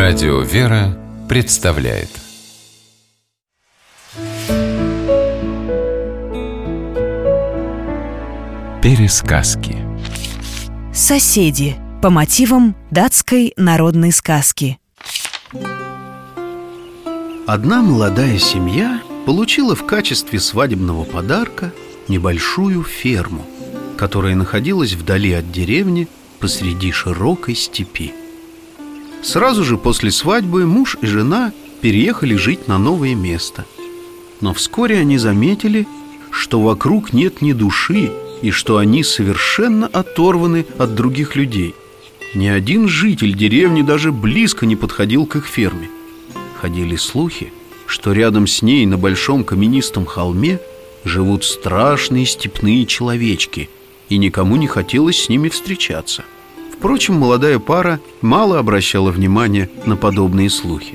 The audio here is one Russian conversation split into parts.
Радио «Вера» представляет Пересказки. Соседи по мотивам датской народной сказки. Одна молодая семья получила в качестве свадебного подарка небольшую ферму, которая находилась вдали от деревни посреди широкой степи. Сразу же после свадьбы муж и жена переехали жить на новое место. Но вскоре они заметили, что вокруг нет ни души и что они совершенно оторваны от других людей. Ни один житель деревни даже близко не подходил к их ферме. Ходили слухи, что рядом с ней на большом каменистом холме живут страшные степные человечки, и никому не хотелось с ними встречаться. Впрочем, молодая пара мало обращала внимания на подобные слухи.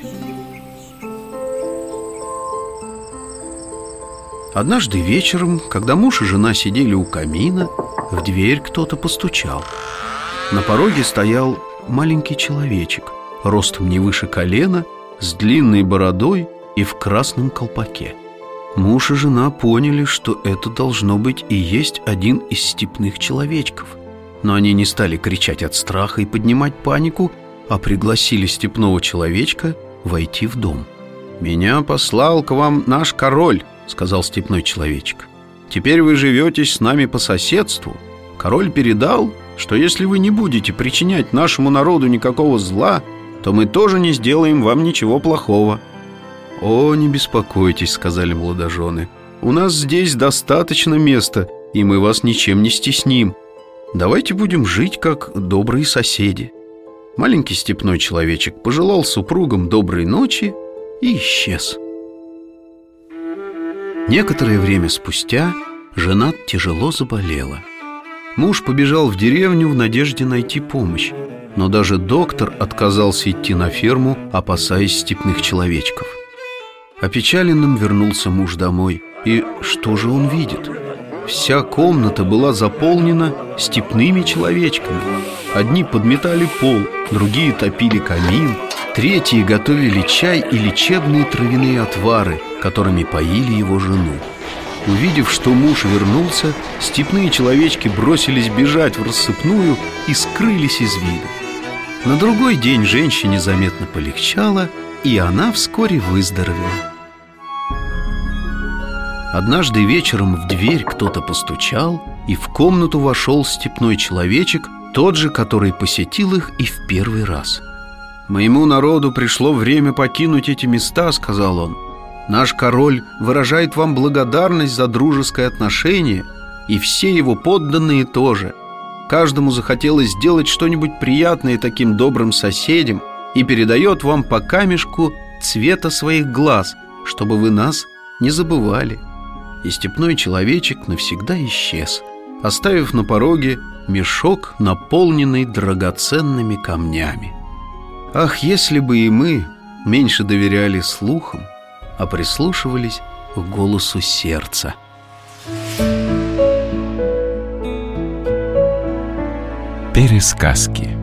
Однажды вечером, когда муж и жена сидели у камина, в дверь кто-то постучал. На пороге стоял маленький человечек, ростом не выше колена, с длинной бородой и в красном колпаке. Муж и жена поняли, что это должно быть и есть один из степных человечков. Но они не стали кричать от страха и поднимать панику, а пригласили степного человечка войти в дом. «Меня послал к вам наш король», — сказал степной человечек. «Теперь вы живете с нами по соседству. Король передал, что если вы не будете причинять нашему народу никакого зла, то мы тоже не сделаем вам ничего плохого». «О, не беспокойтесь», — сказали молодожены. «У нас здесь достаточно места, и мы вас ничем не стесним. Давайте будем жить, как добрые соседи». Маленький степной человечек пожелал супругам доброй ночи и исчез. Некоторое время спустя жена тяжело заболела. Муж побежал в деревню в надежде найти помощь, но даже доктор отказался идти на ферму, опасаясь степных человечков. Опечаленным вернулся муж домой, и что же он видит? Вся комната была заполнена степными человечками. Одни подметали пол, другие топили камин, третьи готовили чай и лечебные травяные отвары, которыми поили его жену. Увидев, что муж вернулся, степные человечки бросились бежать в рассыпную и скрылись из вида. На другой день женщине заметно полегчало, и она вскоре выздоровела. Однажды вечером в дверь кто-то постучал, и в комнату вошел степной человечек, тот же, который посетил их и в первый раз. «Моему народу пришло время покинуть эти места», — сказал он. «Наш король выражает вам благодарность за дружеское отношение, и все его подданные тоже. Каждому захотелось сделать что-нибудь приятное таким добрым соседям и передает вам по камешку цвета своих глаз, чтобы вы нас не забывали». И степной человечек навсегда исчез, оставив на пороге мешок, наполненный драгоценными камнями. Ах, если бы и мы меньше доверяли слухам, а прислушивались к голосу сердца. Пересказки.